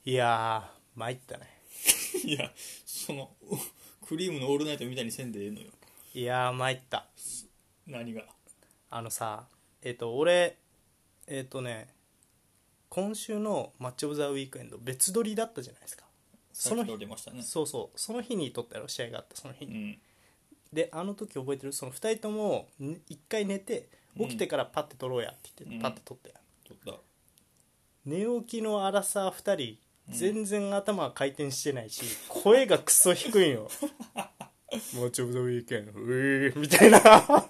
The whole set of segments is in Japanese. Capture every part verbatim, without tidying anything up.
いやー参ったね。 いやそのクリームのオールナイトみたいにせんでええのよ。 いやー参った。 何が。 あのさえっ、と俺えっ、とね今週のマッチオブザウィークエンド別撮りだったじゃないですか。 さっき撮りましたね。 そうそうその日に撮ったやろ試合があったその日に、 うん、 であの時覚えてるそのふたりとも一回寝て起きてからパッて撮ろうやって言って、 うん、 パッて撮ったやん。 撮った。 寝起きのアラサーふたり全然頭は回転してないし、うん、声がクソ低いよマッチオブザウィークエンドうーみたいな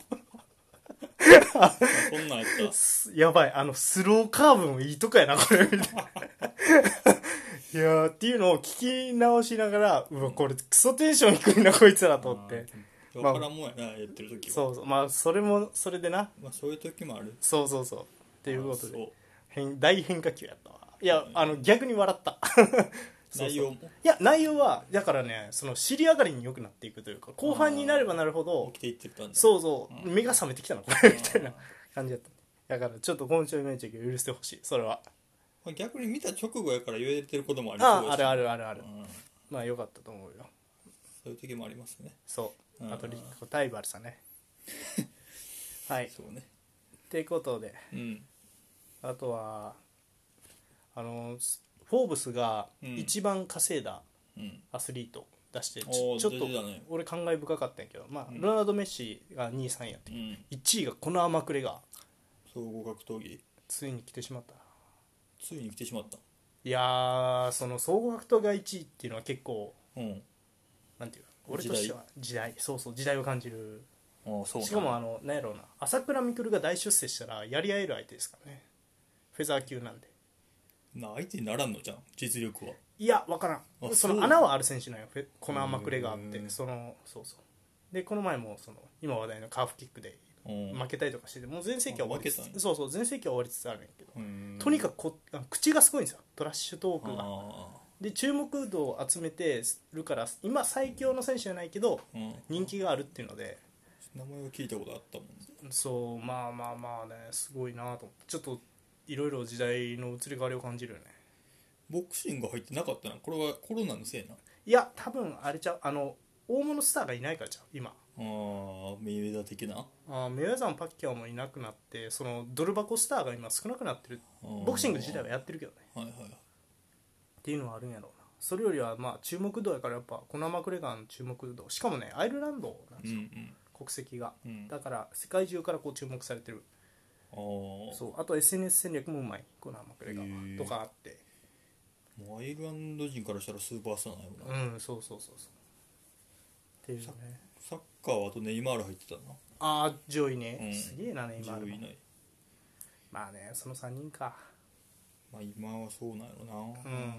そんなんやったやばいあのスローカーブもいいとこやなこれみたいないやーっていうのを聞き直しながらうわこれクソテンション低いなこいつらと思って分からんもんやな、やってる時は。 そうそうまあそれもそれでな、 まあ、そういう時もある。 そうそうそうっていうことで変大変化球やったわ。いや、うん、あの逆に笑った内容もいや内容はだからねその尻上がりに良くなっていくというか後半になればなるほど起きていってたんだ。 そうそう、うん、目が覚めてきたのこれみたいな感じだっただからちょっと今週のイメージを許してほしいそれは。 逆に見た直後やから言えてることもありそうです、ね、 ああるあるあるある、 うん、 まあ良かったと思うよ。 そういう時もありますね。 そうあとリコタイバルさんねはいそうねっていうことで、 うん、 あとはあのフォーブスが一番稼いだアスリート出して、うん、ち, ょちょっと俺感慨深かったんやけど、まあうん、ロナルド・メッシがにいさんいやって、うん、いちいがこの天暮が総合格闘技ついに来てしまったな。 ついに来てしまった。 いやーその総合格闘技がいちいっていうのは結構、うん、なんていう俺としては時代そうそう時代を感じる。 ああそうしかもあのなんやろうな朝倉未来が大出世したらやり合える相手ですからね。フェザー級なんでな相手にならんのじゃん実力は。 いや分からんその穴はある選手なんよコナー・マクレガーってそのそうそうでこの前もその今話題のカーフキックで負けたりとかしててもう全盛期は終わりつつそうそう全盛期は終わりつつあるんやけどとにかくこ口がすごいんですよトラッシュトークがで注目度を集めてるから今最強の選手じゃないけど人気があるっていうので名前を聞いたことあったもん。 そうまあまあまあねすごいなと思ってちょっといろいろ時代の移り変わりを感じるよね。 ボクシング入ってなかったな。これはコロナのせいな。 いや多分あれちゃうあの大物スターがいないからちゃう今。 ああメイウェザー的な。 あメイウェザーもパッキャオもいなくなってそのドル箱スターが今少なくなってる。ボクシング自体はやってるけどね、 はいはい、 っていうのはあるんやろうな。それよりはまあ注目度やからやっぱコナー・マクレガーの注目度しかもねアイルランドなんですよ、うんうん、国籍が、うん、だから世界中からこう注目されてる。あ, そうあと エスエヌエス 戦略もうまいコナー・マクレガーとかあってもうアイルランド人からしたらスーパースターなんやろな。うんそうそうそうそうっていうね。 サッカーはあとネイマール入ってたな。 ああ上位ね、うん、すげえなネイマール上位いない。 まあねそのさんにんか。 まあ今はそうなんやろな。 うん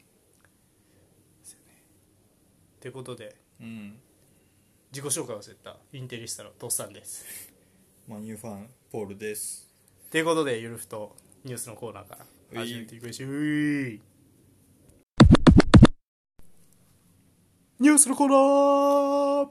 ということで、うん、自己紹介を忘れたインテリスタのトッサンです。 マンユーファンポールです。 ということでゆるふとニュースのコーナーから始めていきましょう。ニュースのコーナー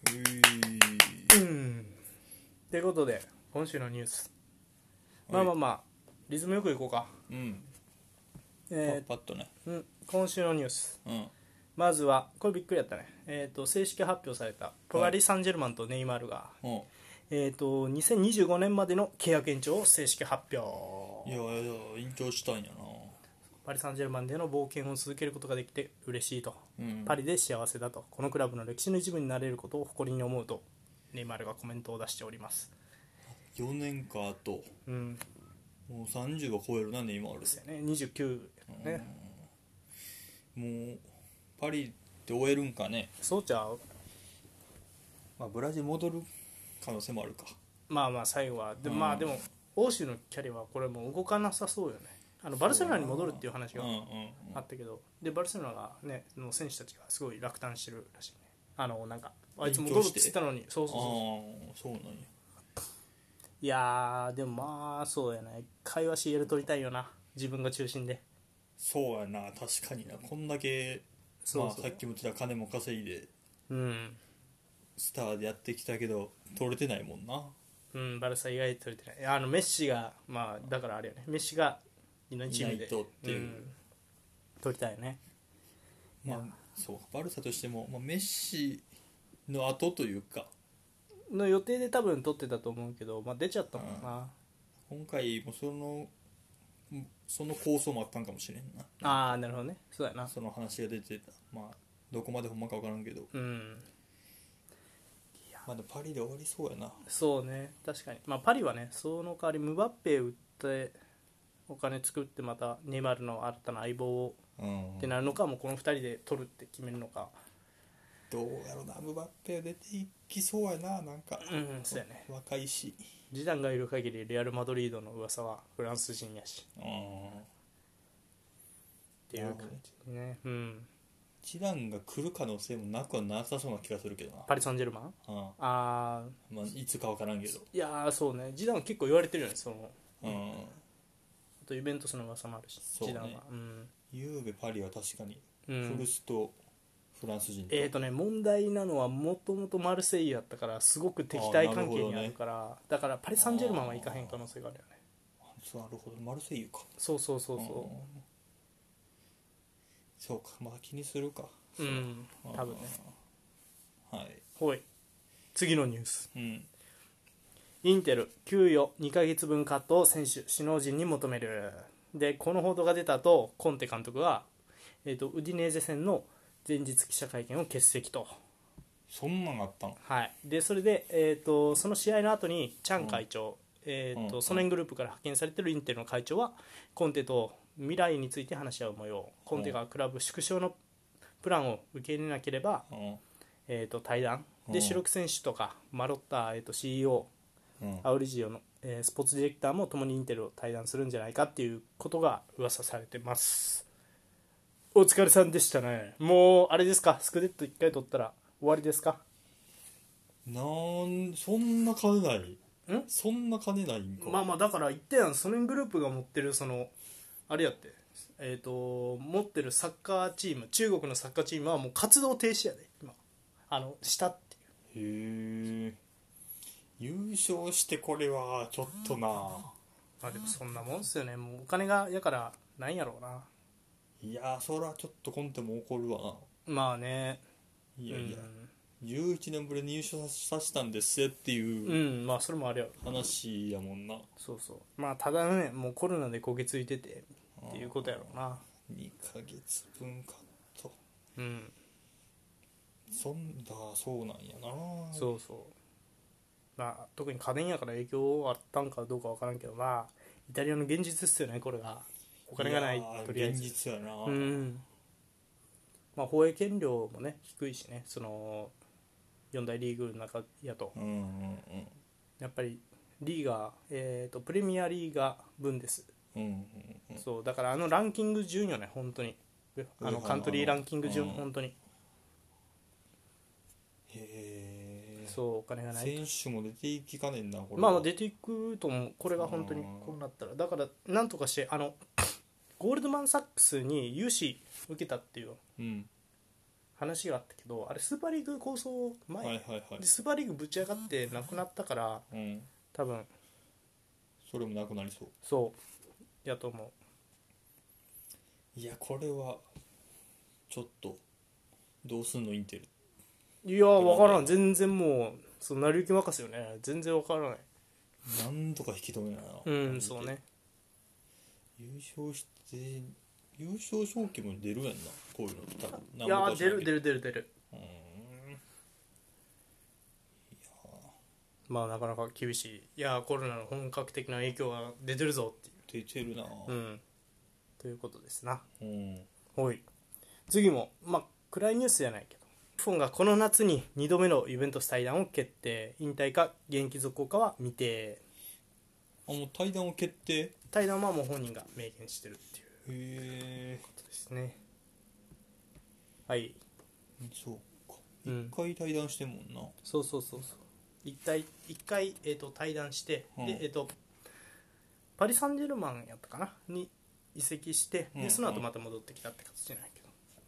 うんということで今週のニュースまあまあまあリズムよくいこうか。うんえー、パッパッとね、 うん、今週のニュース、うんまずはこれびっくりやったね、えー、と正式発表されたパリ・サンジェルマンとネイマールが、はいえー、とにせんにじゅうごねんまでの契約延長を正式発表。 いやいや延長したんやな。 パリ・サンジェルマンでの冒険を続けることができて嬉しいと、うん、パリで幸せだとこのクラブの歴史の一部になれることを誇りに思うとネイマールがコメントを出しております。 よねんかあと、うん、もうさんじゅうは超えるなネイマールですよね。にじゅうきゅうね、 うん、もうパリって終えるんかね。 そうちゃう、 まあ、ブラジル戻る可能性もあるか。まあまあ最後はで,、うんまあ、でも欧州のキャリアはこれもう動かなさそうよね。あのバルセロナに戻るっていう話があったけど、でバルセロナがねの選手たちがすごい落胆してるらしいね。あのなんかあいつ戻るって言ったのにそうそうそうそうなんや。 いやーでもまあそうやね会話 シーエル 取りたいよな自分が中心で。 そうやな確かになこんだけそうそう、まあ、さっきも言ってた金も稼いで、うん、スターでやってきたけど取れてないもんな。 うんバルサ以外取れてない。あのメッシがまあだからあれよねメッシがいないチームでいないとっていう、うん、 取りたいよね。 まあそうバルサとしても、まあ、メッシの後というかの予定で多分取ってたと思うけど、まあ、出ちゃったもんな。 今回もそのその構想もあったんかもしれんな。 ああなるほどね。そうやな。 その話が出てた。まあどこまでほんまか分からんけど、 うん、 まだパリで終わりそうやな。 そうね確かに。まあパリはねその代わりムバッペ売ってお金作ってまたネイマールの新たな相棒をってなるのか、もうこのふたりで取るって決めるのか。 どうやろうな。ムバッペ出ていきそうやな。なんかうんそうやね。 若いしジダンがいる限りレアル・マドリードの噂はフランス人やしっていう感じね。うん。 ジダンが来る可能性もなくはなさそうな気がするけどな。 パリ・サンジェルマン。ああ、 まあ、いつか分からんけど。 いやそうねジダン結構言われてるよねその、 うん、あとイベントスの噂もあるし、 そうね、 ジダンは、うん、 ゆうべパリは確かにうん、 フルスとフランス人と、 えーとね問題なのはもともとマルセイユやったからすごく敵対関係にあるから、ね、だからパリ・サンジェルマンは行かへん可能性があるよね。 なるほどマルセイユか。 そうそうそうそうそうかまあ気にするか。 うん多分ね。 はいほい次のニュース、 うん、 インテル給与にかげつぶんカットを選手首脳陣に求める。でこの報道が出た後コンテ監督が、えーとウディネーゼ戦の前日記者会見を欠席と。 そんなんあったの。 はい、でそれで、えーとその試合の後にチャン会長、うんえーとうん、ソネングループから派遣されているインテルの会長はコンテと未来について話し合う模様。コンテがクラブ縮小のプランを受け入れなければ、うんえー、と対談で主力選手とかマロッタ、えー、と シーイーオー、うん、アウリジオの、えー、スポーツディレクターも共にインテルを対談するんじゃないかっていうことが噂されてます。お疲れさんでしたね。もうあれですか、スクデットいっかい取ったら終わりですか。 なんそんな金ないんそんな金ないんか。 まあまあだから言ったやん、ソネングループが持ってるそのあれやって、えー、と持ってるサッカーチーム、中国のサッカーチームはもう活動停止やで今あのしたっていう。 へえ優勝してこれはちょっとな。 まあでもそんなもんっすよね。もうお金がやからなんやろうな。 いやそれはちょっとコンテも怒るわな。 まあねいやいや、うん、じゅういちねんぶりに優勝させたんですよっていううんまあそれもあれや話やもんな。 そうそうまあただねもうコロナで焦げついててっていうことやろうな。 にかげつぶんカット。 うんそんだそうなんやな。 そうそうまあ特に家電やから影響あったんかどうかわからんけど、まあイタリアの現実っすよねこれが。お金がないとりあえず現実やな。 うんまあ放映権料もね低いしね、そのよん大リーグの中やと、 うんうんうん、 やっぱりリーガー、えー、とプレミアリーガブンデス、 うんうんうん、 そうだからあのランキング順よね本当に、あのカントリーランキング順、うん、本当に。 へえそうお金がない選手も出ていきかねんなこれ。 まあ出ていくと思うこれが本当にこうなったら。だからなんとかしてあのゴールドマンサックスに融資受けたっていう話があったけど、あれスーパーリーグ構想前、はいはいはい、でスーパーリーグぶち上がってなくなったから、うん、多分それもなくなりそう。 そうやと思う。いやこれはちょっとどうすんのインテル。 いや分からん全然もうその成り行き任せよね。全然分からない。 なんとか引き止めなうんそうね。 優勝して優勝賞金も出るやんなこういうの多分。 いや出る出る出る出る。うんいやまあなかなか厳しい。いやコロナの本格的な影響が出てるぞっていう。 出てるなうんということですな。 うんほい次もまあ暗いニュースじゃないけど、フォンがこの夏ににどめのユベントス対談を決定。引退か現役続行かは未定。 あもう対談を決定。 対談はもう本人が明言してるっていうへことですね。はいそうか一、うん、回対談してんもんな。 そうそうそうそう一回一回、えー、と対談して、うん、でえー、とパリ・サンジェルマンやったかなに移籍して、でその後また戻ってきたって形じゃないけ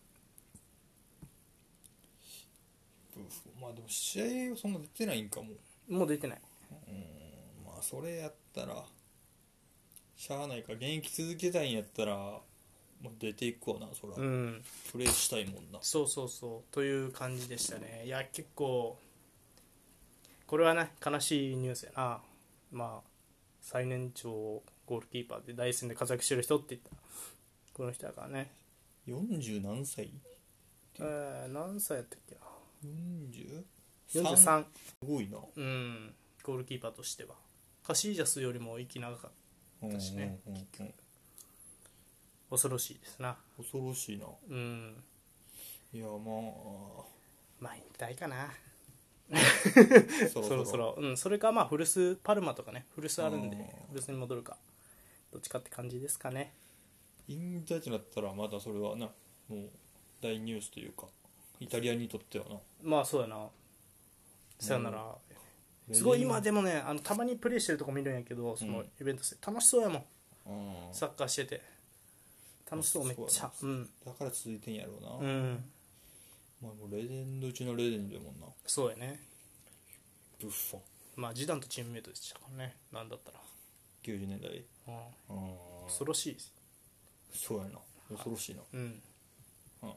ど、うん、まあでも試合はそんな出てないんかも。 もう出てない。 うんまあそれやったらしゃあないか。現役続けたいんやったらまあ、出ていくわなそら、 うん、 プレーしたいもんな。 そうそうそうという感じでしたね。いや結構これはね悲しいニュースやな。まあ最年長ゴールキーパーで大戦で活躍してる人って言ったらこの人だからね。 よんじゅう何歳？ えー、何歳やったっけな。 よんじゅうよんじゅうさん。 すごいな。 うん、ゴールキーパーとしてはカシージャスよりも息長かったしね、 うんうんうん、 恐ろしいですな。 恐ろしいな。 うん。 いやまあまあ引退かなそろそろそろそろ、うん、それかまあ古巣パルマとかね、古巣あるんで古巣に戻るかどっちかって感じですかね。 引退ってなったらまだそれはなもう大ニュースというかイタリアにとってはな。 まあそうやな。さよなら。すごい今でもねあのたまにプレーしてるとこ見るんやけど、そのイベントで楽しそうやもん、 うん、 サッカーしてて楽しそうめっちゃ。うん、 だから続いてんやろうな。 うん、 まあ、もうレジェンド中のレジェンドやもんな。 そうやね。 ブッフォン、 まあジダンとチームメイトでしたからね、なんだったらきゅうじゅうねんだい、 うん、 うん、 恐ろしいです。 そうやな、恐ろしいな。 うん、 うん、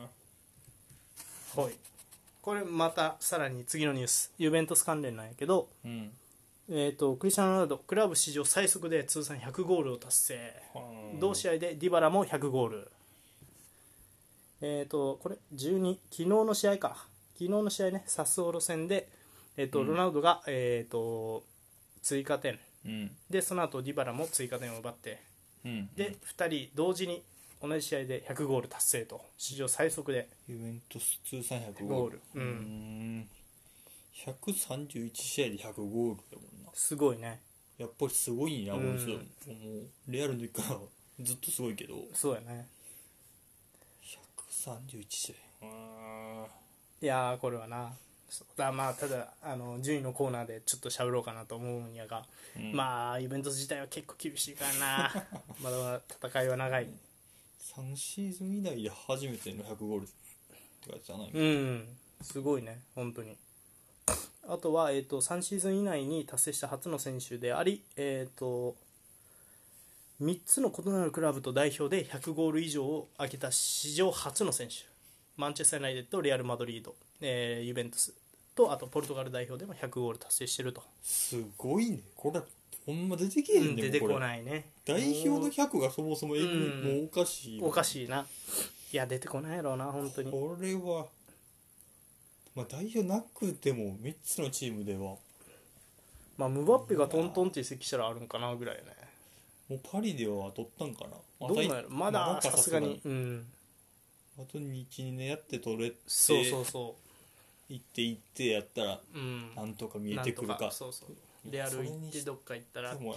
はい。これまたさらに次のニュース、ユベントス関連なんやけど、 うん、 えーとクリスチャン・ロナウドクラブ史上最速で通算ひゃくゴールを達成、 うん、 同試合でディバラもひゃくゴール。えーとこれじゅうに昨日の試合か昨日の試合ね、サスオロ戦で、えーとうんロナウドが、えーと追加点うんで、その後ディバラも追加点を奪って、 うん、 でふたり同時に同じ試合でひゃくゴール達成と、史上最速でユベントス通算ひゃくゴール、 ゴール、うん、 うーんひゃくさんじゅういち試合でひゃくゴールやもんな。 すごいね。 やっぱりすごいな、こうんいつ、もうレアルの時からずっとすごいけどそうやね。 ひゃくさんじゅういち試合、あいやーこれはな、そうだ、まあただあの順位のコーナーでちょっと喋ろうかなと思うんやが、 うん、 まあイベント自体は結構厳しいからなまだまだ戦いは長い。 さんシーズン以内で初めてのひゃくゴールってかじゃない、 うんすごいね本当に。あとは、えー、とさんシーズン以内に達成した初の選手であり、えー、とみっつの異なるクラブと代表でひゃくゴール以上を挙げた史上初の選手、マンチェスター・ユナイテッド、レアル・マドリード、えーユベントスと、あとポルトガル代表でもひゃくゴール達成してると。 すごいねこれ、ほんま出てけえへんね、 うん、出てこないね。 代表のひゃくがそもそもえぐい、 うん、 もうおかしいおかしいな。いや出てこないやろうな本当に。 これは、まあ、代表なくてもみっつのチームではまあムバッペがトントンって移籍したらあるんかなぐらいね。 もうパリでは取ったんかな。 どうなんやろまださすがに、うん、 あといちにねんやって取れて、 そうそうそ行って行ってやったら、 う、うん、 なんとか見えてくるか。 かそうそう、レアル行ってどっか行ったら、 そうやな。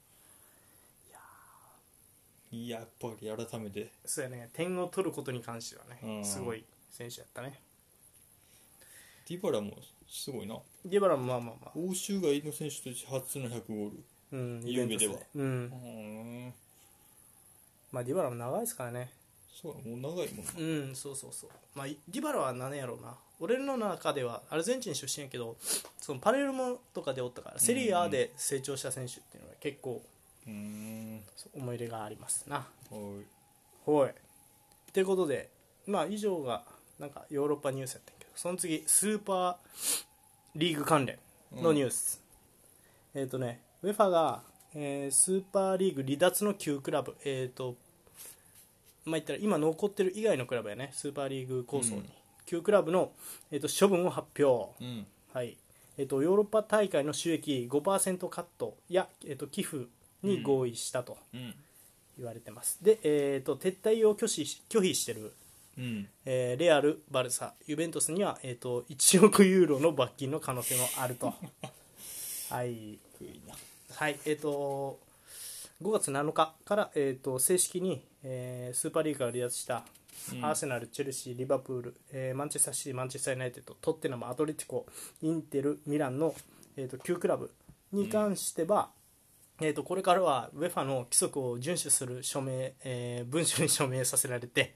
いややっぱり改めてそうやね、点を取ることに関してはね、 うん、 すごい選手やったね。 ディバラもすごいな。 ディバラもまあまあまあ欧州外の選手として初のひゃくゴール、 うん、 ゆうべでは、 うん、 うんまあディバラも長いですからね。 そうもう長いもんな。 うんそうそうそう、まあディバラは何やろうな、俺の中ではアルゼンチン出身やけど、そのパレルモとかでおったからセリアで成長した選手っていうのは結構うーん思い入れがありますな。 はいほいということで、まあ以上がなんかヨーロッパニュースやったんやけど、その次スーパーリーグ関連のニュース、うん、えっ、ー、とねウェファが、えー、スーパーリーグ離脱のきゅうクラブ、えっ、ー、とまあ言ったら今残ってる以外のクラブやね、スーパーリーグ構想に、うん、きゅうクラブの、えー、と処分を発表、うん、はい、えー、とヨーロッパ大会の収益 ごパーセント カットや、えー、と寄付に合意したと言われてます、うん、で、えー、と撤退を拒否、拒否してる、うんえー、レアル、バルサ、ユベントスには、えー、といちおくユーロの罰金の可能性もあるとはいはいえー、とごがつなのかから、えー、と正式に、えー、スーパーリーグから離脱したアーセナル、チェルシー、リバプール、えー、マンチェスターシティ、マンチェスターユナイテッド、トッテナム、アトレティコ、インテル、ミランの、えー、ときゅうクラブに関しては、うんえー、とこれからはウェファの規則を遵守する署名、えー、文書に署名させられて、うん、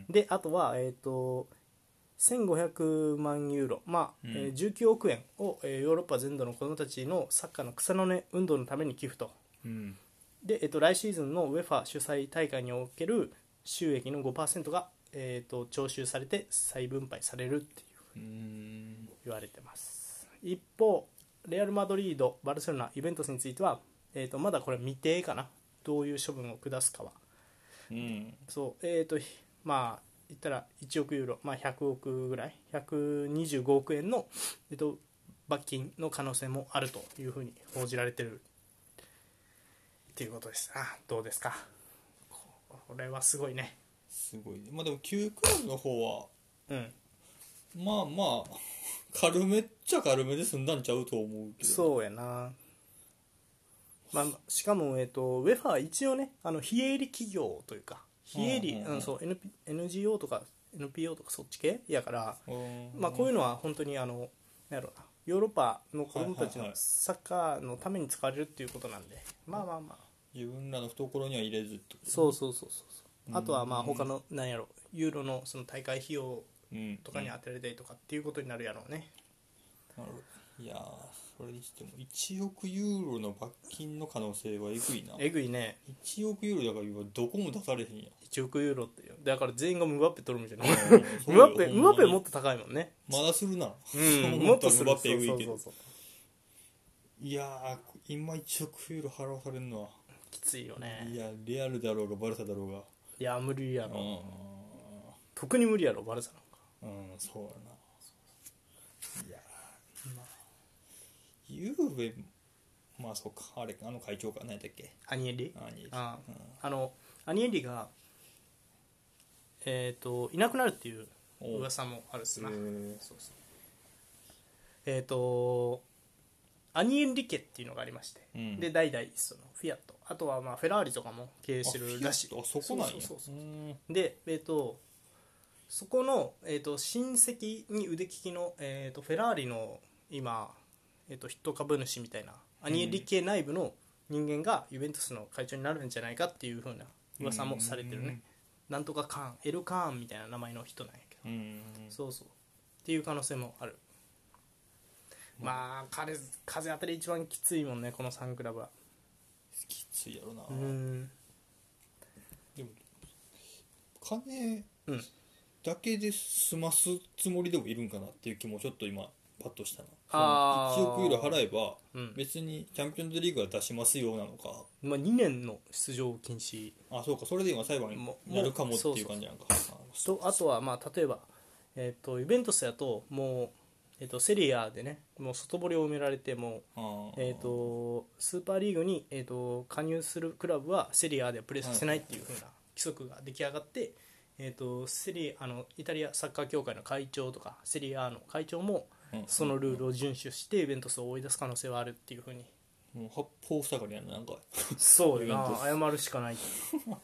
であとは、えー、とせんごひゃくまんユーロ、まあうんえー、じゅうきゅうおくえんを、えー、ヨーロッパ全土の子どもたちのサッカーの草の根運動のために寄付と、うんでえっと、来シーズンのウェファ主催大会における収益の ごパーセント が、えー、と徴収されて再分配されるっていう言われてます。一方レアル・マドリード、バルセロナ、ユベントスについては、えー、とまだこれ未定かな、どういう処分を下すかは、うん、そうえっ、ー、とまあ言ったらいちおくユーロ、まあ、ひゃくおくぐらいひゃくにじゅうごおくえんの、えー、と罰金の可能性もあるというふうに報じられてるっていうことです。あ、どうですか、これはすごいね。 すごい、まあでも旧クラブの方は、うん、まあまあ軽めっちゃ軽めで済んだんちゃうと思うけど。 そうやな、まあ、しかも、えー、とウェファは一応ね、あの非営利企業というか非営利、うんうんうん、そう エヌピー、エヌジーオー とか エヌピーオー とかそっち系やから、まあ、こういうのは本当にあのなんやろうな、ヨーロッパの子供たちのサッカーのために使われるっていうことなんで、まあまあまあ自分らの懐には入れずってこと、ね、 そうそうそうそう、あとはまあ他のなんやろユーロのその大会費用とかに当てられたりとかっていうことになるやろうね、 うんうん、なるほど。いやそれにしてもいちおくユーロの罰金の可能性はえぐいな。 えぐいね。 いちおくユーロだから今どこも出されへんや。 いちおくユーロってだから全員がムバッペ取るみたいな。ムバッペムバッペもっと高いもんね。 まだするな。 うん、もっとする。 ムバッペえぐいけど。いやー今いちおくユーロ払わされるのはきついよね。 いやレアルだろうがバルサだろうが。 いや無理やろ。特に無理やろバルサなんか。 うんそうやな。いやまあユーベまあそうかあれあの会長か何やったっけアニエリアニエリあ、うん、あのアニエリがえっ、ー、といなくなるっていう噂もあるっすな。そうそうえっ、ー、とアニエンリ家っていうのがありまして、うん、で代々そのフィアットあとはまあフェラーリとかも経営してるらしい。 あそこなんや。 そうそうそうそうでえっ、ー、とそこの、えー、と親戚に腕利きの、えー、とフェラーリの今、えー、と筆頭株主みたいなアニエリ系内部の人間がユベントスの会長になるんじゃないかっていう風な噂もされてるね。なんとかカーンエルカーンみたいな名前の人なんやけど、そうそうっていう可能性もある。まあ彼風当たり一番きついもんねこのさんクラブは。 きついやろな。 うんでも金、 うんだけで済ますつもりでもいるんかなっていう気もちょっと今パッとしたな。 あいちおくユーロ払えば、 うん、別にチャンピオンズリーグは出しますよなのか、 まあ、にねんの出場禁止。 あそうかそれで今裁判になるかもっていう感じなんか。 とあとはまあ例えば、えー、とイベントスやともう、えー、とセリアでねもう外堀を埋められてもう、えー、とスーパーリーグに、えー、と加入するクラブはセリアでプレーさせないっていう風な規則が出来上がって、えー、とセリあのイタリアサッカー協会の会長とかセリアの会長もそのルールを遵守してイベントスを追い出す可能性はあるっていう風に。 もう八方塞がりやななんかそうやな謝るしかないかわ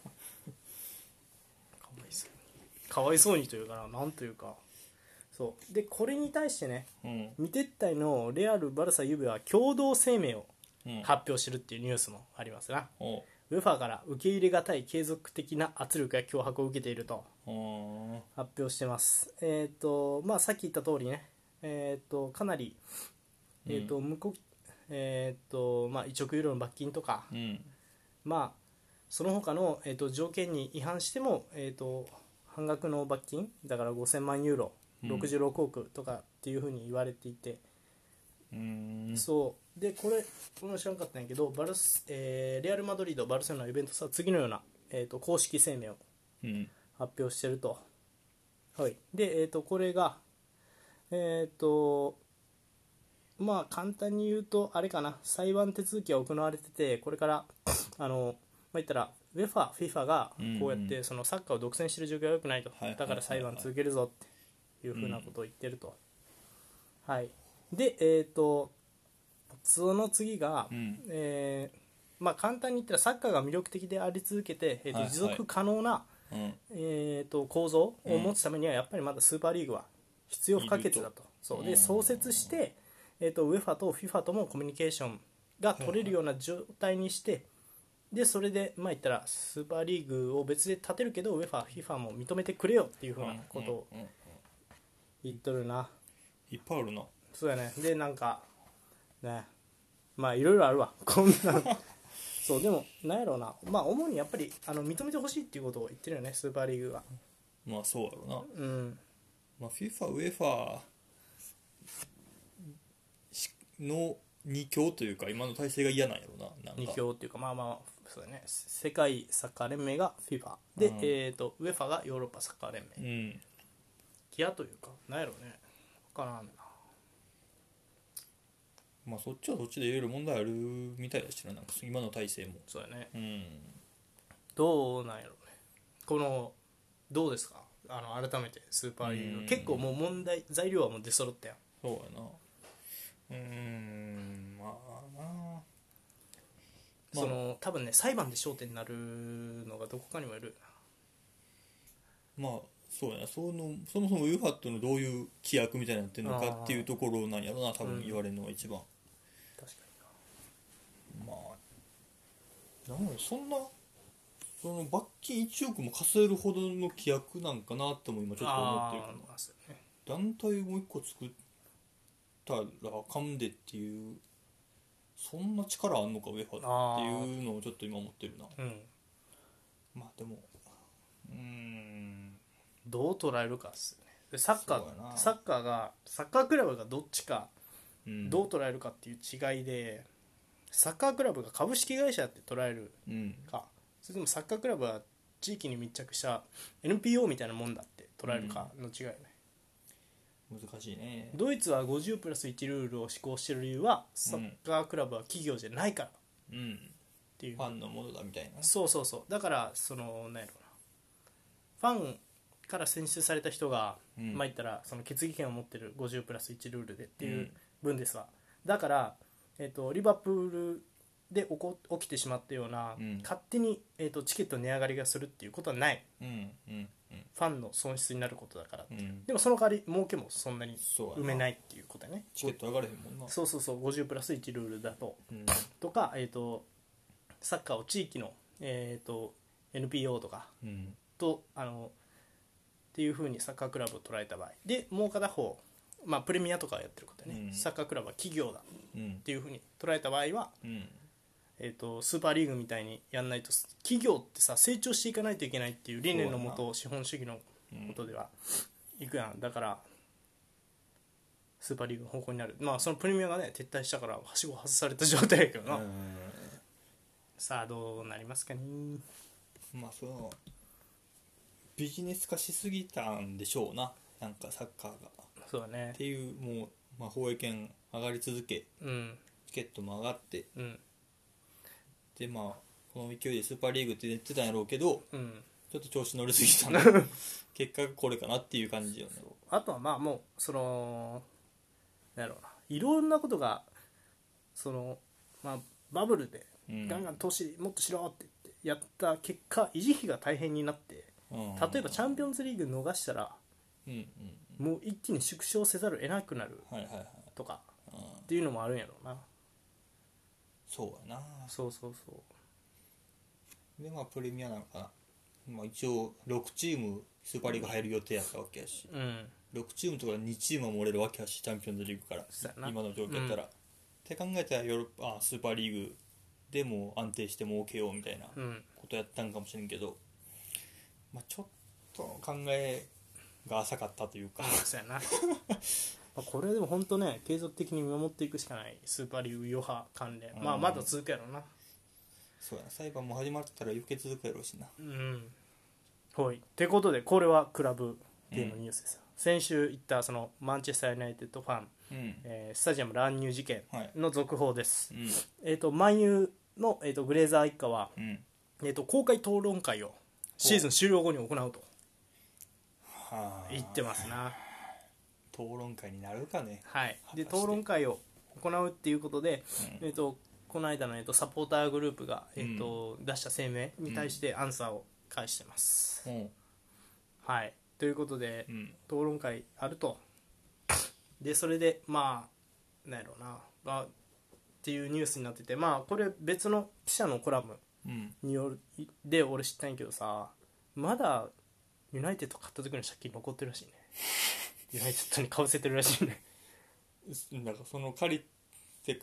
いそうにかわいそうにというかななんというかそうでこれに対してね、うん、未撤退のレアル・バルサ・ユベは共同声明を発表してるっていうニュースもありますな、うん、ウェファから受け入れがたい継続的な圧力や脅迫を受けていると発表してます。えっ、ー、とまあさっき言った通りねえっ、ー、とかなりえっ、ー、と向こうえーとまあ、いちおくユーロの罰金とか、うん、まあその他の、えーと条件に違反しても、えーと半額の罰金だからごせんまんユーロ、うん、ろくじゅうろくおくとかっていうふうに言われていて、 うーんそうでこれこれ知らなかったんやけどバルス、えー、レアル・マドリード、バルセロナ、イベントスは次のような、えーと公式声明を発表していると、うん、はいで、えーとこれがえっ、ー、とまあ簡単に言うとあれかな裁判手続きが行われててこれからあのまあ言ったらウェファ、フィファがこうやってそのサッカーを独占している状況が良くないと、だから裁判続けるぞっていうふうなことを言ってると、はいでえっ、ー、とその次が、えー、まあ簡単に言ったらサッカーが魅力的であり続けて、えーと持続可能な、えーと構造を持つためにはやっぱりまだスーパーリーグは必要不可欠だと。そうで創設してえー、とウェファと フィファ ともコミュニケーションが取れるような状態にして、でそれでまあ言ったらスーパーリーグを別で立てるけどウェファ、フィファも認めてくれよっていうふうなことを言っとるな。 いっぱいあるな。 そうやね。でなんかねまあいろいろあるわこんなそうでもなんやろうな、まあ主にやっぱりあの認めてほしいっていうことを言ってるよね、スーパーリーグが。 まあそうやろうな、 うんまあ、FIFA、ウェファのに強というか今の体制が嫌なんやろな、なんかに強っていうか、まあまあそうだね、世界サッカー連盟が FIFA で、 うんえー、とウェファがヨーロッパサッカー連盟、 うん嫌というかなんやろうね、分からんな。 まあそっちはそっちでいろいろ問題あるみたいだしな、なんか今の体制も。 そうやね、 うんどうなんやろうね、このどうですか、あの改めてスーパーリーグ、 うん結構もう問題材料はもう出揃ったやん。 そうやな。うーんまあな、まあ、 その多分ね裁判で焦点になるのがどこかにもいる。 まあそうやな、そのそもそも ユーファット のどういう規約みたいになってるのかっていうところなんやろな、多分言われるのが一番、うん、 確かまあなんそんなその罰金いちおくも稼えるほどの規約なんかなっても今ちょっと思ってるかな、 あー、ね、 団体をもう一個作ったらあかんでっていうそんな力あんのかウェファっていうのをちょっと今思ってるな。 うん、 まあでもうーんどう捉えるかっすよね。でサッカそうやなーサッカーがサッカークラブがどっちかうんどう捉えるかっていう違いで、サッカークラブが株式会社って捉えるうんか、それともサッカークラブは地域に密着した エヌピーオー みたいなもんだって捉えるかの違いよね、 難しいね。 ドイツはごじゅうプラスいちルールを施行している理由はサッカークラブは企業じゃないからっうんていう、 ファンのものだみたいな。 そうそうそう、だからそのなんやろうな、ファンから選出された人が、 うんまあ言ったらその決議権を持ってるごじゅうプラスいちルールでっていううん分ですわ。だから、えー、とリバプールで起こ起きてしまったような、 うん勝手に、えー、とチケット値上がりがするっていうことはない、 うんうんファンの損失になることだから、 うんうんでもその代わり儲けもそんなにそうやな埋めないっていうことだね。 チケット上がれへんもんな。 そうそうそう、ごじゅうプラスいちルールだとうんとか、えー、とサッカーを地域の、えー、と エヌピーオー とかうんとあのっていう風にサッカークラブを捉えた場合で、もう片方、まあ、プレミアとかやってることね、 うんサッカークラブは企業だっうんていう風に捉えた場合は、 うんえー、とスーパーリーグみたいにやんないと、企業ってさ成長していかないといけないっていう理念のもと資本主義のことではいくやん。だからスーパーリーグの方向になる、まあそのプレミアがね撤退したからはしご外された状態やけどな、 うんさあどうなりますかね。 まあそのビジネス化しすぎたんでしょうな、なんかサッカーがそうだねっていう、もう、まあ、放映権上がり続けうんチケットも上がってうんでまあこの勢いでスーパーリーグって言ってたんやろうけどうんちょっと調子乗りすぎたな結果がこれかなっていう感じよね。 あとはまあもうそのなんやろうないろんなことがその、まあ、バブルでうんガンガン投資もっとしろって言ってやった結果維持費が大変になって、 うん例えばチャンピオンズリーグ逃したらうんうんもう一気に縮小せざるを得なくなるはいはいはいとかうんっていうのもあるんやろうな。 そうやな。 そうそうそうでまあプレミアなのかな、まあ、一応ろくチームスーパーリーグ入る予定やったわけやし、 うんろくチームとかにチームは漏れるわけやしチャンピオンズリーグからそうやな今の状況やったら、 うんって考えたらヨーロッパあスーパーリーグでも安定して儲けようみたいなうんことやったんかもしれんけど、まあ、ちょっと考えが浅かったというかそうやなまあこれでも本当ね継続的に見守っていくしかないスーパーリーグ余波関連、まあまだ続くやろうな。 そうやな、裁判も始まったら余計続くやろうしな。 うんはいってことでこれはクラブ系のニュースですよ、うん、先週言ったそのマンチェスターユナイテッドファン、 うんえースタジアム乱入事件の続報です、 うんえー、とマンユーの、えー、とグレーザー一家は、 うんえー、と公開討論会をシーズン終了後に行うとはあ言ってますな。 討論会になるかね。 はい、で果たして討論会を行うっていうことで、えー、とこの間の、えー、とサポーターグループが、えーと出した声明に対してアンサーを返してます、 うんはい、ということで、 うん討論会あると。でそれでまあなんやろうな、まあ、っていうニュースになってて、まあこれ別の記者のコラムうんによるで俺知ったんやけどさ、まだユナイテッド買った時の借金残ってるらしいねユナイテッドに買わせてるらしいねなんかその借りて買っ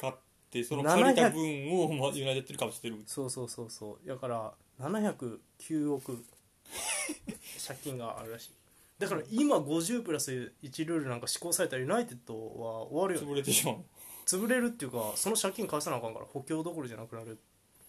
ってその借りた分をまあユナイテッドにかぶせてる。 そうそうそうそうだからななひゃくきゅうおく借金があるらしい。だから今ごじゅうプラスいちルールなんか施行されたらユナイテッドは終わるよ、ね、 潰れてしまう。 潰れるっていうかその借金返さなあかんから補強どころじゃなくなる。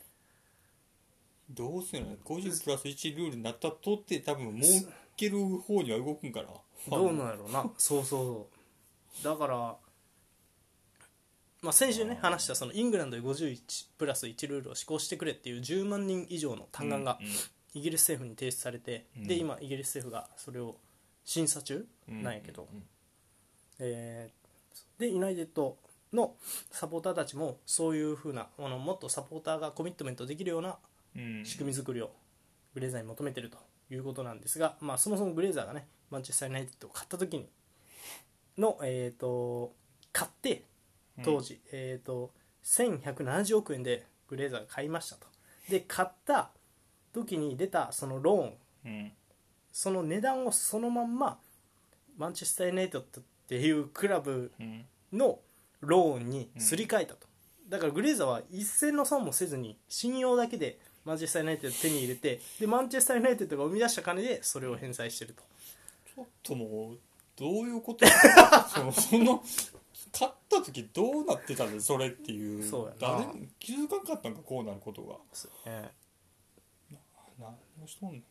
どうするのごじゅうプラスいちルールになったとって多分儲ける方には動くんかな。 どうなんやろうなそうそうだからまあ先週ね話したそのイングランドでごじゅういちプラスいちルールを施行してくれっていうじゅうまんにん以上の嘆願がイギリス政府に提出されて、うん、で今イギリス政府がそれを審査中なんやけど、うんうんえー、でユナイテッドのサポーターたちもそういう風なあのもっとサポーターがコミットメントできるような仕組み作りをグレーザーに求めているということなんですが、まあ、そもそもグレーザーがねマンチェスターユナイテッドを買った時にの、えー、と買って当時、うんえー、とせんひゃくななじゅうおくえんでグレーザーが買いましたと。で買った時に出たそのローン、うん、その値段をそのまんまマンチェスターユナイテッドっていうクラブのローンにすり替えたと。だからグレーザーは一銭の損もせずに信用だけでマンチェスターユナイテッドを手に入れてでマンチェスターユナイテッドが生み出した金でそれを返済してると。 ちょっともうどういうことそのその買った時どうなってたんでそれっていうそうやな誰気づかなかったんかこうなることがそう、ね、な何をしとんの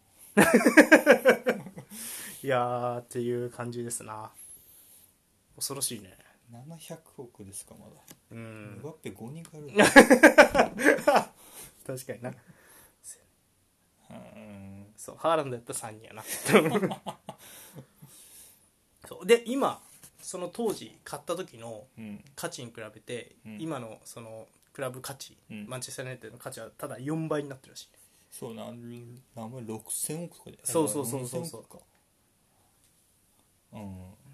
いやーっていう感じですな。恐ろしいね。 ななひゃくおくですかまだ。うん。ムバッペごにんかいる。 確かにな。 うんそうハーランドやったらさんにんやな。そうで今その当時買った時の価値に比べて、うん、今のそのクラブ価値、うん、マンチェスターユナイテッドの価値はただよんばいになってるらしい。 そうな何倍ろくせんおくとかで。 そうそうそうそうそううん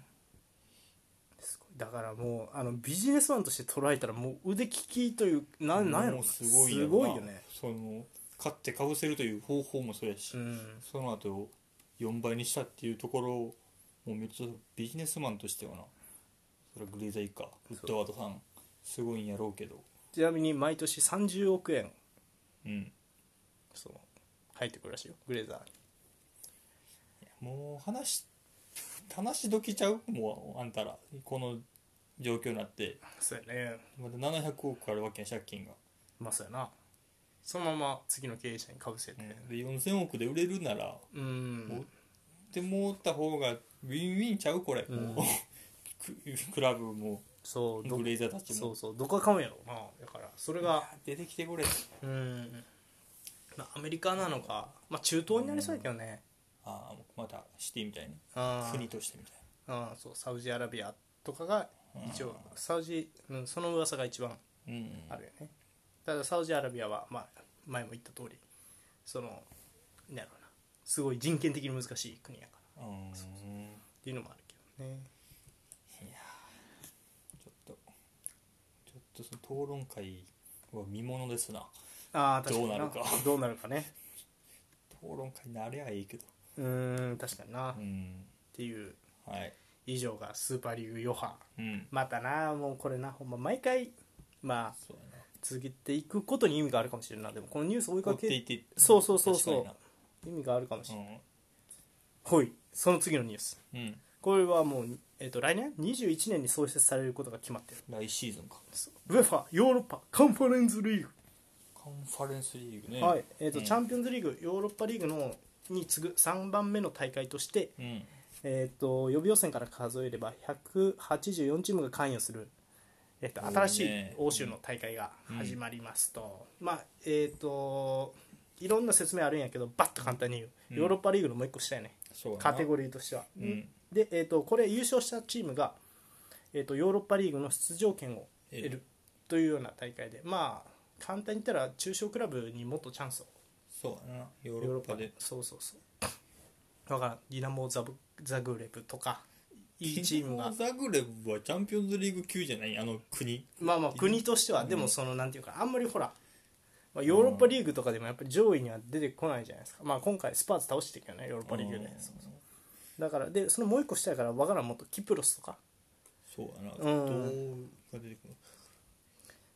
だからもうあのビジネスマンとして捉えたらもう腕利きというななんやろすごいよな。 すごいよね。 その買ってかぶせるという方法もそうやし、うん、その後よんばいにしたっていうところをもうめっちゃビジネスマンとしてはなそれはグレーザー以下ウッドワードさんすごいんやろうけどちなみに毎年さんじゅうおくえん、 うん、 そう入ってくるらしいよグレーザーに。もう話話どきちゃうもうあんたらこの状況になってそうやねまだななひゃくおくあるわけや借金が。 まあそうやなそのまま次の経営者にかぶせて、 うん、でよんせんおくで売れるならうん売ってもった方がウィンウィンちゃうこれ、うん、もうクラブもそうグレーザーたちもそうそうどこが買うんやろうな。だからそれが出てきてくれうん、まあ、アメリカなのか、まあ、中東になりそうやけどね、 うん、ああまたシティみたいに国としてみたいなあそうサウジアラビアとかが一応サウジ、うん、その噂が一番あるよね、うん、ただサウジアラビアは、まあ、前も言った通りそのなんやろうなすごい人権的に難しい国やからうんそうそうっていうのもあるけどね。 いやちょっとちょっとその討論会は見ものですな。 あ確かにどうなるかどうなるかね討論会になれゃいいけどうーん確かにな、 うん、 っていう、 はい、 以上がスーパーリーグ余波、 うん、 またなもうこれなほんま毎回まあ続けていくことに意味があるかもしれないな。でもこのニュース追いかけそうそうそうそう意味があるかもしれない、うん、ほいその次のニュース、 うん、 これはもう、えー、と来年にじゅういちねんに創設されることが決まってる。 来シーズンか。 ウェファヨーロッパカンファレンスリーグカンファレンスリーグね、 はいえーとうん、チャンピオンズリーグヨーロッパリーグのに次ぐさんばんめの大会として、 うんえー、と予備予選から数えればひゃくはちじゅうよんチームが関与する、えー、と新しい欧州の大会が始まりますと、うん、まあえっ、ー、といろんな説明あるんやけどバッと簡単に言う、うん、ヨーロッパリーグのもう一個下やね、カテゴリーとしては、うん、で、えー、とこれ優勝したチームが、えー、とヨーロッパリーグの出場権を得るというような大会で、まあ簡単に言ったら中小クラブにもっとチャンスをそうやなヨーロッパでそうそうそうだからディナモザブザグレブとかいいチームがディナモザグレブはチャンピオンズリーグ級じゃないあの国まあまあ国としては、うん、でもそのなんていうかあんまりほら、まあ、ヨーロッパリーグとかでもやっぱり上位には出てこないじゃないですか。まあ今回スパーズ倒してるけどねヨーロッパリーグで、そうそうだからでそのもう一個下やからわからんもっとキプロスとかそうやな、うん、どうが出てくる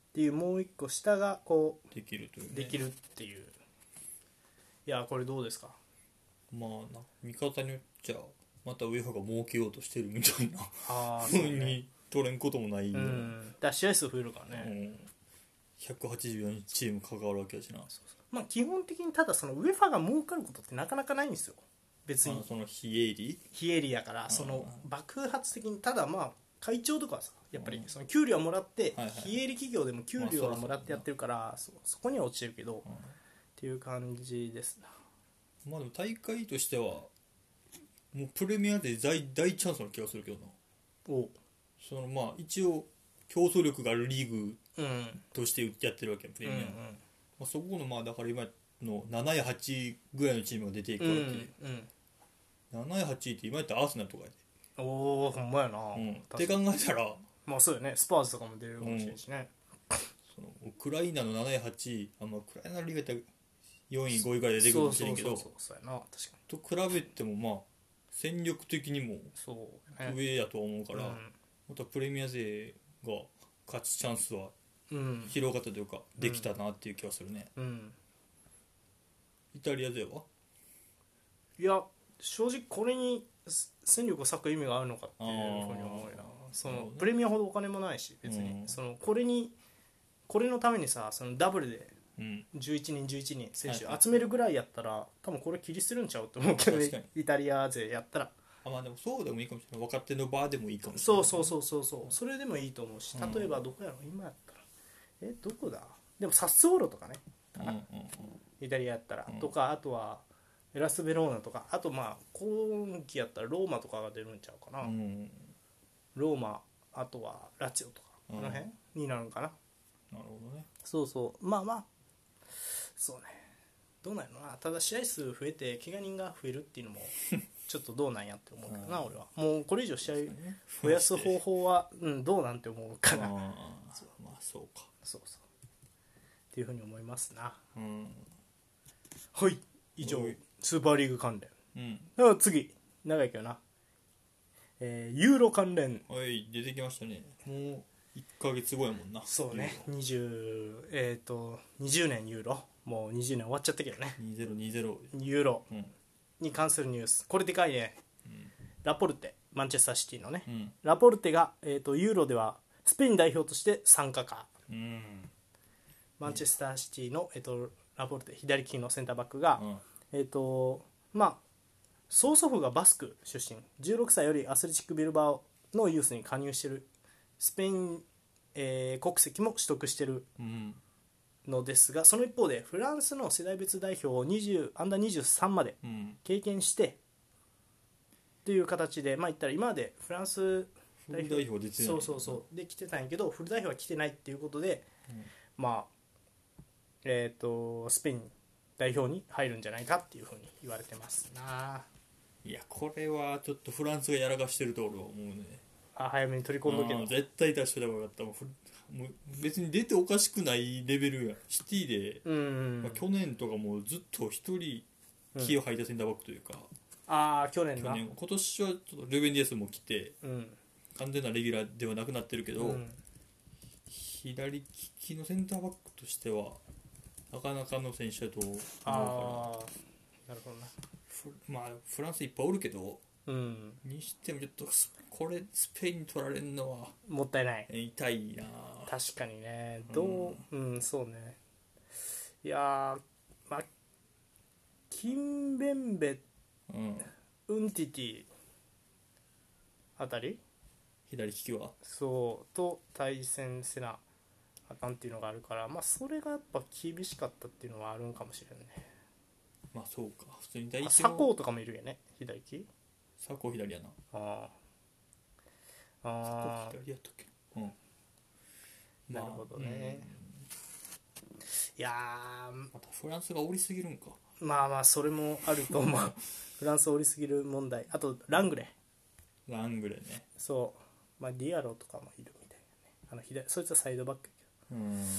っていうもう一個下がこうできるという、ね、 できるっていう。いやこれどうですか。 まあな見方によっちゃまたウェファが儲けようとしてるみたいなあふうに取れんこともないんだ、 うん、だから試合数増えるからね、うん、 ひゃくはちじゅうよんチーム関わるわけやしな。そうそう、まあ、基本的にただそのウェファが儲かることってなかなかないんですよ別に。 その非営利非営利やからその爆発的にただまあ会長とかはさやっぱりその給料はもらって、はいはい、非営利企業でも給料はもらってやってるから、まあ、そ, そこには落ちてるけど、うん、っていう感じですな。 まあでも大会としてはもうプレミアで 大, 大チャンスな気がするけどな。おそのまあ一応競争力があるリーグとしてやってるわけや、プレミア、うんうんまあ、そこのまあだから今のななやはちいぐらいのチームが出ていくわけで、うんうん、ななやはちいって今やったらアーセナルとかやで。 おおほんまやな、うん、 って考えたらまあそうよね、スパーズとかも出るかもしれないしね、 うん、そのウクライナのななやはちいあ、まあ、ウクライナのリーグやったらよんいごいぐらいで出てくるかもしれんけど、と比べてもまあ戦力的にも上やと思うから、ねうん、またプレミア勢が勝つチャンスは広がったというか、うん、できたなっていう気がするね、うん、イタリア勢はいや正直これに戦力を割く意味があるのかっていうふうに思うな。そのプレミアほどお金もないし別に、うん、そのこれにこれのためにさそのダブルでじゅういちにんじゅういちにん選手集めるぐらいやったら、はいはい、多分これ切り捨てるんちゃうと思うけど、ね、イタリア勢やったらあ、まあ、でもそうでもいいかもしれない。若手のバーでもいいかもしれない。そうそうそうそうそれでもいいと思うし、例えばどこやろ今やったらえどこだでもサッスオーロとかね、うんうんうん、イタリアやったら、うん、とかあとはエラスベローナとかあとまあ今季やったらローマとかが出るんちゃうかな、うん、ローマあとはラチオとか、うん、この辺になるんかな。 なるほどね。 そうそうまあまあそうねどうなんやろな。ただ試合数増えて怪我人が増えるっていうのもちょっとどうなんやって思うかな俺は。もうこれ以上試合増やす方法は、うん、どうなんて思うかな。あまあそうかそうそうっていうふうに思いますな、うん、はい以上スーパーリーグ関連、うん、次長いけどな、えー、ユーロ関連はい出てきましたね。もういっかげつごやもんな。 そうねにじゅう、えー、とにじゅうねんユーロもうにじゅうねん終わっちゃったけどね。 にせんにじゅうユーロに関するニュースこれでかいね、うん、ラポルテマンチェスターシティのね、うん、ラポルテが、えー、とユーロではスペイン代表として参加か、うん、マンチェスターシティの、えー、とラポルテ左利きのセンターバックが、うん、えっ、ー、とまあ曽祖父がバスク出身じゅうろくさいよりアスレチックビルバオのユースに加入してるスペイン、えー、国籍も取得してるのですが、その一方でフランスの世代別代表をにじゅうアンダーにじゅうさんまで経験して、うん、っていう形でまあ言ったら今までフランス代表出てないそうそうそうで来てたんやけどフル代表は来てないっていうことで、うん、まあえっ、ー、とスペイン代表に入るんじゃないかっていうふうに言われてますな。 いやこれはちょっとフランスがやらかしてると俺は思うね。 あ早めに取り込んどけど絶対出してた方がよかった。もうもう別に出ておかしくないレベルやシティで、うんうんまあ、去年とかもうずっと一人気を吐いたセンターバックというか、うん、 ああ去年な去年今年はちょっとルベンディアスも来て、うん、完全なレギュラーではなくなってるけど、うん、左利きのセンターバックとしてはなかなかの選手だと思うからあなるほどな。 まあフランスいっぱいおるけど、うん、にしてもちょっとこれスペイン取られるのはもったいない痛いな。 確かにねどう、うん、うん、そうね。いやまあキンベンベ、うん、ウンティティあたり左利きはそうと対戦せなあかんっていうのがあるからまあそれがやっぱ厳しかったっていうのはあるんかもしれないね。 まあそうか普通に代表サコーとかもいるよね左利き。 サコー左やな。あああサコー左やったっけ。うん、 なるほどね、うん、いやまたフランスがおりすぎるんか。 まあまあそれもあると思うフランスおりすぎる問題。あとラングレラングレね。 そうまあディアロとかもいるみたいなね。あの左そいつはサイドバックやけどうん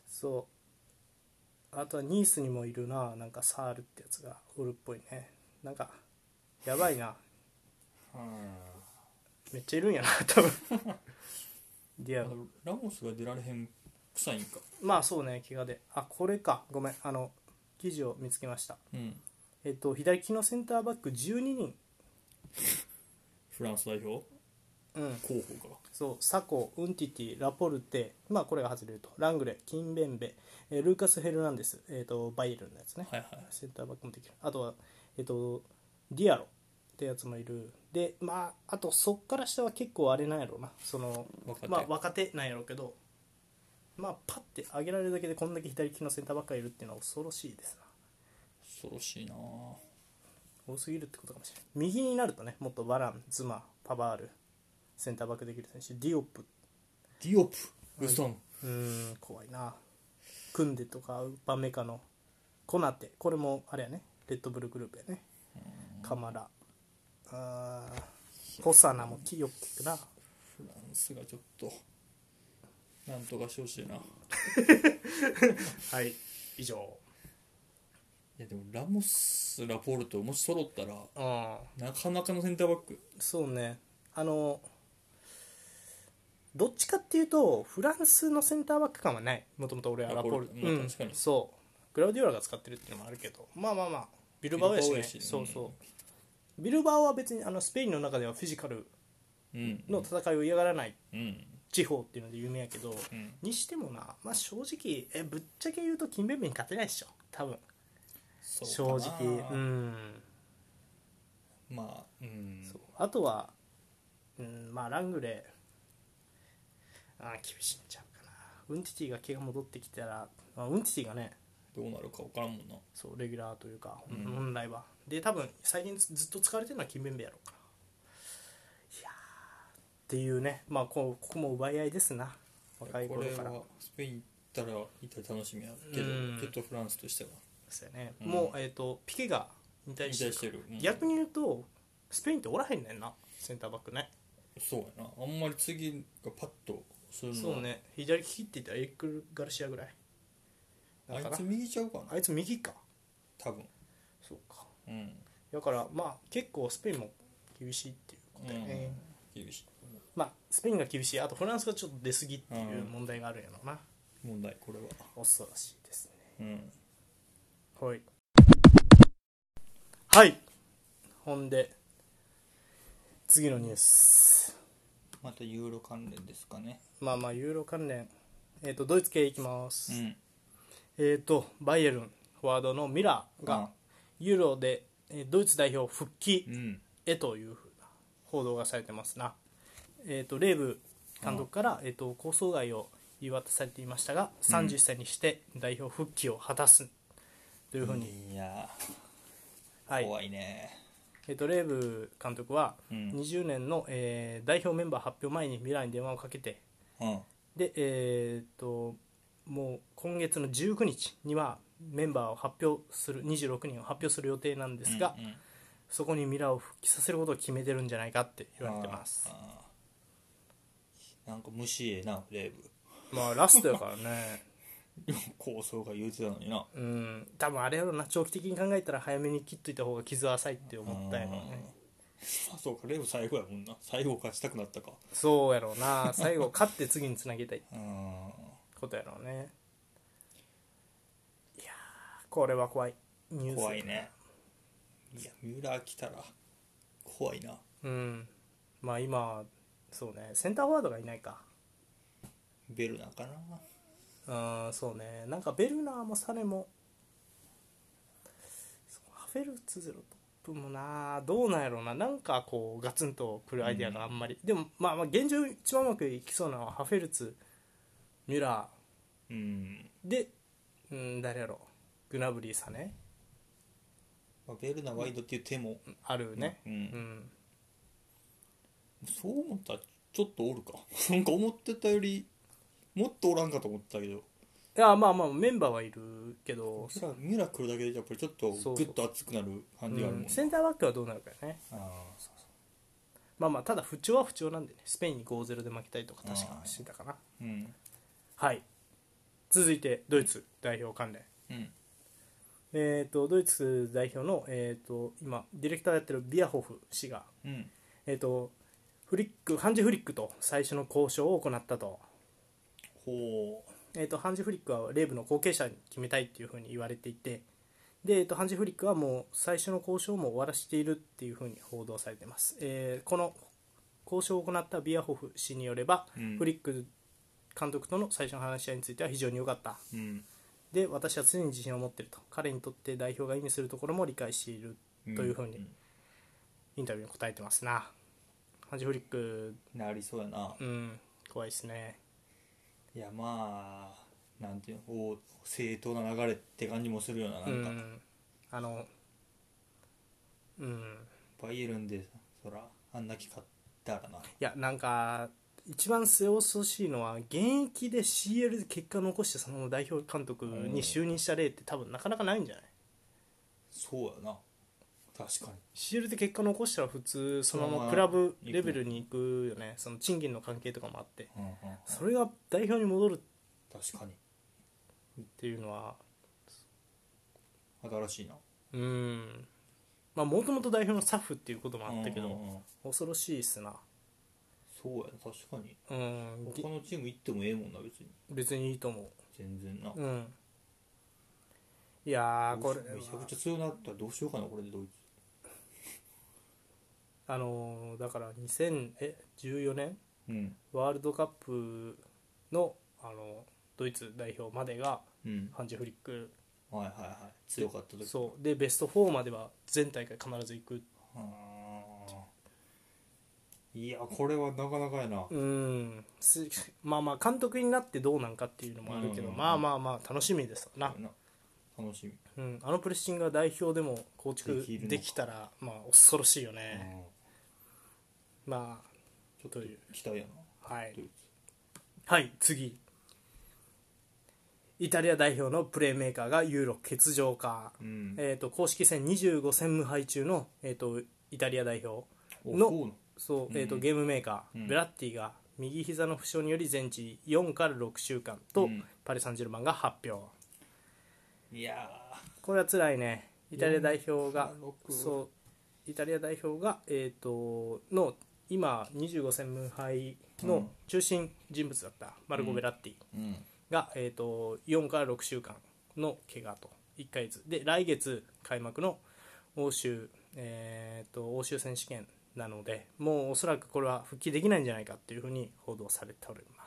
そうあとはニースにもいるななんかサールってやつがおるっぽいね。なんかやばいなめっちゃいるんやな多分ディアロラモスが出られへん臭いんか。 まあそうね怪我で。あこれかごめんあの記事を見つけました。 うんえっと左利きのセンターバックじゅうににん。 フランス代表うん候補か。 そうサコウンティティラポルテまあこれが外れるとラングレキンベンベ、えールーカス・ヘルナンデス、えー、とバイエルンのやつね、 はいはい。 センターバックもできる。あとは、えー、とディアロってやつもいる。でまああとそっから下は結構あれなんやろうなその若手まあ若手なんやろうけどまあパッて上げられるだけでこんだけ左利きのセンターバックがいるっていうのは恐ろしいですな。 恐ろしいな。 多すぎるってことかもしれない。右になるとねもっとバランズマパバールセンターバックできる選手ディオップディオプウソン、 うーん怖いな。クンデとかウパメカのコナテこれもあれやねレッドブルグループやね。カマラあホサナもよく聞くな。 フランスがちょっとなんとかしてほしいな。 はい以上。 いやでもラモスラポルトもし揃ったらあなかなかのセンターバック。 そうねあのどっちかっていうとフランスのセンターバック感はない。もともと俺はラポルト、 ラポルトまあ確かにうん、そうグラウディオラが使ってるっていうのもあるけどまあまあまあビルバオやしねビルバオやしそうそうビルバオは別にあのスペインの中ではフィジカルうんの戦いを嫌がらないうん地方っていうので有名やけど、 うんにしてもな、まあ、正直えぶっちゃけ言うとキンベンベに勝てないでしょ多分正そうかな。 直うんまあうんそうあとは、うん、まあラングレーあ厳しいんちゃうかな。ウンティティが怪我戻ってきたら、まあ、ウンティティがねどうなるか分からんもんな。 そうレギュラーというか、 うん本来はで多分最近ずっと使われてるのはキンベンベやろうかな。いやーっていうねまあこうここも奪い合いですな若いこれ頃から。 はスペイン行ったら行ったら楽しみやけど、 うんちょっとフランスとしてはですよね、 うんもう、えー、とピケが引退してる引退してる、うん逆に言うとスペインっておらへんねんなセンターバックね。 そうやな。あんまり次がパッとするのはそうね左利きって言ったらエリック・ガルシアぐらいだからあいつ右ちゃうかなあいつ右か。 多分。 そうかうんだからまあ結構スペインも厳しいっていうことだよね、 厳しいまあスペインが厳しいあとフランスがちょっと出過ぎっていう問題があるんやろうな、 問題これは。 恐ろしいですね。 うんはいはいほんで次のニュースまたユーロ関連ですかね。 まあまあユーロ関連えっ、とドイツ系いきます、 うんえっ、とバイエルンフォワードのミラーがユーロでえードイツ代表復帰うんへというふうな報道がされてますな。えー、とレーブ監督から、えー、と構想外を言い渡されていましたが、さんじゅっさいにして代表復帰を果たすというふうに、 いやはい怖いね。 えー、とレーブ監督はうんにじゅうねんの、えー代表メンバー発表前にミラーに電話をかけてうんで、えー、ともう今月のじゅうくにちにはメンバーを発表するにじゅうろくにんを発表する予定なんですが、 うんうんそこにミラーを復帰させることを決めてるんじゃないかって言われてます。 あーなんか虫ええなレーブ。 まあラストやからね構想が言うてたのにな。 うん多分あれやろうな長期的に考えたら早めに切っといた方が傷は浅いって思ったやろうね。 あそうかレーブ最後やもんな。最後勝ちたくなったか。 そうやろうな最後勝って次につなげたいってうんことやろうね。いやーこれは怖いニュース。 怖いね。いやミューラー来たら怖いな。 うんまあ今そうねセンターフォワードがいないか。 ベルナーかな。 うんそうねなんかベルナーもサネもそうハフェルツゼロトップもなどうなんやろうななんかこうガツンとくるアイデアがあんまり、うん、でもまあまあ現状一番うまくいきそうなのはハフェルツミュラうんーで、うん、誰やろうグナブリーサネまあ、ベルナーワイドっていう手もあるね、 うんうんそう思ったらちょっとおるかなんか思ってたよりもっとおらんかと思ったけど、 いやまあまあメンバーはいるけどミュラミュラ来るだけでやっぱりちょっとグッと熱くなる感じがあるもんうんな。 センターバックはどうなるかね。 あまあまあただ不調は不調なんでねスペインに ごたいゼロ で負けたりとか確かしてたかな。 ーうんはい続いてドイツ代表関連うんえー、とドイツ代表の、えー、と今ディレクターやってるビアホフ氏が、 うんえー、とフリックハンジ・フリックと最初の交渉を行ったと。 ほえー、とハンジ・フリックはレーブの後継者に決めたいっていうふうに言われていて、で、えー、とハンジ・フリックはもう最初の交渉も終わらせているっていうふうに報道されています、えー、この交渉を行ったビアホフ氏によれば、うん、フリック監督との最初の話し合いについては非常に良かった、うん、で私は常に自信を持っていると、彼にとって代表が意味するところも理解しているというふうにインタビューに答えてますな。ハンジ・フリックなりそうやな、 うん、怖いですね。 いやまあなんていうの正当な流れって感じもするような、なんか、うん、 あのうんバイエルンでそらあんな気勝ったらな。いやなんか一番末恐ろしいのは現役で シーエル で結果を残してその代表監督に就任した例って多分なかなかないんじゃない？ そうやな、確かにシーエル で結果を残したら普通そのままクラブレベルに行くよね。その賃金の関係とかもあって、うんうんうん、それが代表に戻る確かにっていうのは新しいな。 うん、まあもともと代表のスタッフっていうこともあったけど、うんうんうん、恐ろしいっすな。 そうやな、確かに、 うん、 他のチーム行ってもええもんな、別に別にいいと思う、 全然な、 うん、いやーこれめちゃくちゃ強なったらどうしようかな、これでドイツ。 あのー、だからにせんじゅうよねん、うん、ワールドカップ の, あのドイツ代表までが、うん、ハンジ・フリック、 はいはいはい、強かった時、 そうでベストフォーまでは全大会必ず行く。 いやこれはなかなかやな。 うんまあまあ監督になってどうなんかっていうのもあるけど、うんうんうん、まあまあまあ楽しみですな。 楽しみ、 うん、あのプレッシングが代表でも構築できたらまあ恐ろしいよね、うん、まあちょっと期待やな。はい、はい、次イタリア代表のプレーメーカーがユーロ欠場か、うん、えー、と公式戦にじゅうご戦無敗中の、えー、とイタリア代表のそう、えー、とゲームメーカー、うん、ベラッティが右膝の負傷により全治よんからろくしゅうかんと、うん、パリ・サンジェルマンが発表。いやこれは辛いね。イタリア代表がそうイタリア代表が、えー、との今にじゅうご戦無敗の中心人物だったマルコ・ベラッティが、うんうん、えー、とよんからろくしゅうかんの怪我といっかげつで、来月開幕の欧州、えー、と欧州選手権なので、もうおそらくこれは復帰できないんじゃないかっていうふうに報道されております。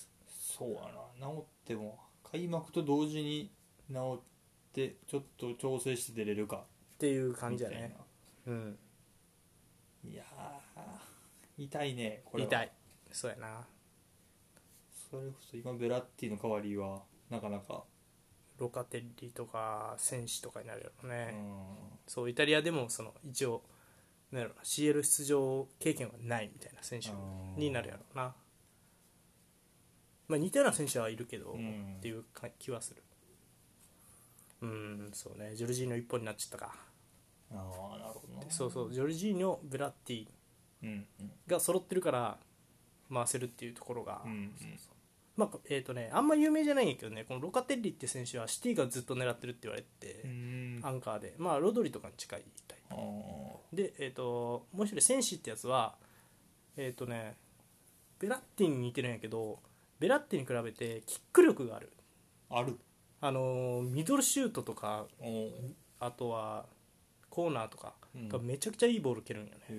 そうやな、治っても開幕と同時に治ってちょっと調整して出れるかっていう感じやね。うん。 いやー痛いね、これは。 痛い。そうやな。 それこそ今ベラッティの代わりはなかなかロカテッリとか選手とかになるよね。うん、そうイタリアでもその一応なんやろ シーエル 出場経験はないみたいな選手になるやろうな。まあ似たような選手はいるけど、うん、っていう気はする。うん、そうね、ジョルジーニョ一本になっちゃったか。 ああ、なるほどな。 そうそう、ジョルジーニョ、ベラッティが揃ってるから回せるっていうところが、うんうん、そうそうまあえーとね、あんま有名じゃないんやけどね、このロカテッリって選手はシティがずっと狙ってるって言われて、アンカーで、まあロドリとかに近いタイプで、えーともう一人センシってやつはえっ、ー、とねベラッティに似てるんやけど、ベラッティに比べてキック力があるあるあのミドルシュートとか、あとはコーナーとかがめちゃくちゃいいボール蹴るんよね、うん、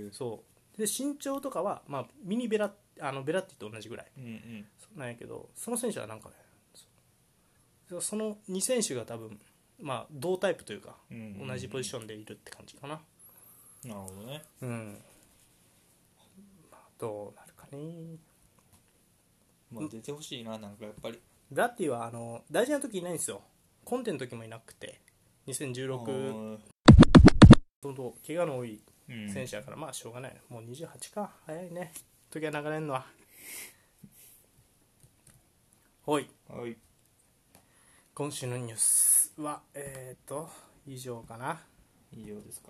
そうで身長とかは、まあ、ミニベラあのベラッティと同じぐらい、うんうん、なんやけど、その選手はなんかね そ, そのに選手が多分、まあ、同タイプというか、うんうんうん、同じポジションでいるって感じかな。 なるほどね、 うんまあ、どうなるかね。 まあ、出てほしいな、なんかやっぱりベラッティはあの大事な時いないんですよ。コンテの時もいなくてにせんじゅうろくどんどん怪我の多い選手だから、うん、まあしょうがない。もうにじゅうはちか、早いね時が流れるのは。ほい、 はい、 今週のニュースはえーと以上かな。 以上ですか。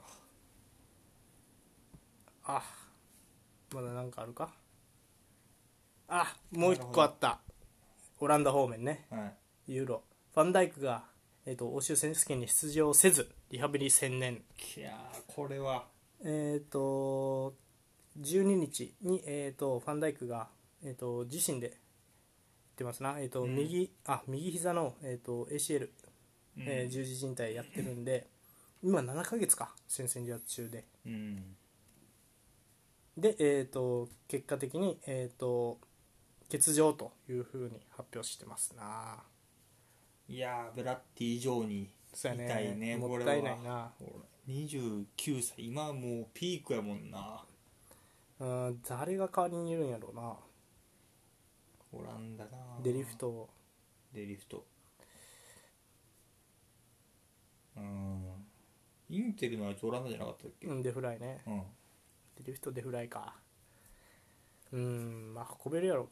あ、まだなんかあるか。あ、もう一個あった。オランダ方面ね、はい、ユーロファンダイクが、えーと、欧州選手権に出場せずリハビリ専念。 いやこれはえっ、ー、とじゅうににちに、えーと、ファンダイクが、えーと、自身でってますな。えっ、と、 うん右あ右膝のえっ、と エーシーエル、 うんえー十字靭帯やってるんで、今ななかげつか戦線離脱中で、 うんでえっ、と結果的にえっ、と欠場というふうに発表してますな。 いやーベラッティ以上にそうやね、 痛いね。 もったいないな。 にじゅうきゅうさい、今はもうピークやもんな。 うん、誰が代わりにいるんやろうな。 オランダな。 デリフトデリフトうんインテルのあいつオランダじゃなかったっけ。 うん、デフライね、 うんデリフトデフライか。うん、まあ運べるやろう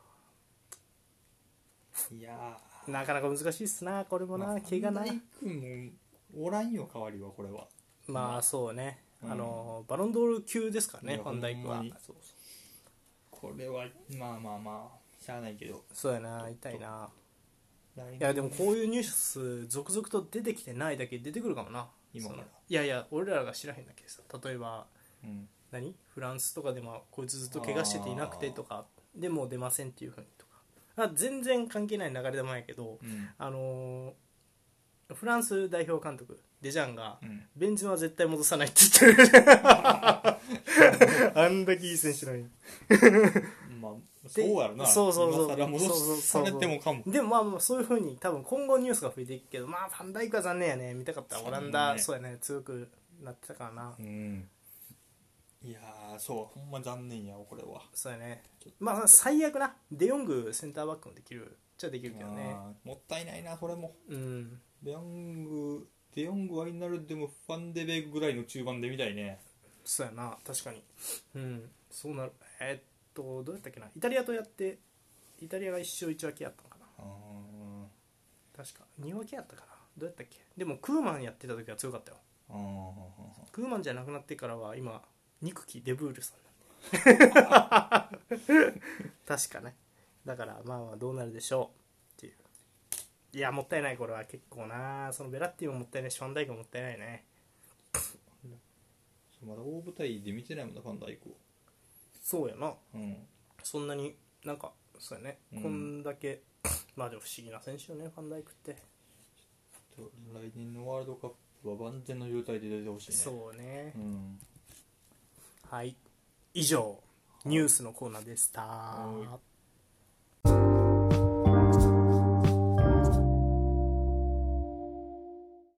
けいやどな、なかなか難しいっすなこれもな、 ー、まあ、 怪我な。 ファンダイクもおらんよ代わりはこれは。 まあそうね、 うんあのバロンドール級ですからね、 いやファンダイクは。 ほんまにそうこれはまあまあまあしゃあないけど。 そうやな、痛いな。 来年いやでもこういうニュース続々と出てきてないだけ出てくるかもな今から。 そのいやいや俺らが知らへんだけでさ、例えばうん何フランスとかでもこいつずっと怪我してていなくてとかでもう出ませんっていうふうにとか、あ全然関係ない流れでもないけど、 うんあのーフランス代表監督デジャンが、 うんベンゼマは絶対戻さないって言ってるあんだけいい選手なのにまあそうやろな。 そうそうそう今更戻されてもかも。 でもまあまあそういうふうに多分今後ニュースが増えていくけど、まあファンダイクは残念やね。見たかったオランダ、 ねそうやね、強くなってたからな。 うんいやーそうほんま残念やわこれは。 そうやね、まあ最悪なデヨングセンターバックもできるじゃできるけどね。 あーもったいないなそれも。 うんデヨングデヨングワイナルでもファンデベーグぐらいの中盤で見たいね。 そうやな、確かに。うんそうなる。えーっとどうやったっけな、イタリアとやってイタリアが一勝一分けやったのかな、 あ確かに分けやったかな、どうやったっけ。でもクーマンやってた時は強かったよ。 ーあクーマンじゃなくなってからは今憎きデブールさんなんで確かね。だからまあまあどうなるでしょうっていう。いやもったいない、これは結構な。そのベラッティももったいないしファンダイクももったいないね。 まだ大舞台で見てないもんなファンダイクを。 そうやな、 うんそんなになんかそうやね、 うんこんだけまあでも不思議な選手よねファンダイクって。 来年のワールドカップは万全の状態で出てほしいね。 そうね、 うんはい、以上ニュースのコーナーでした。 はい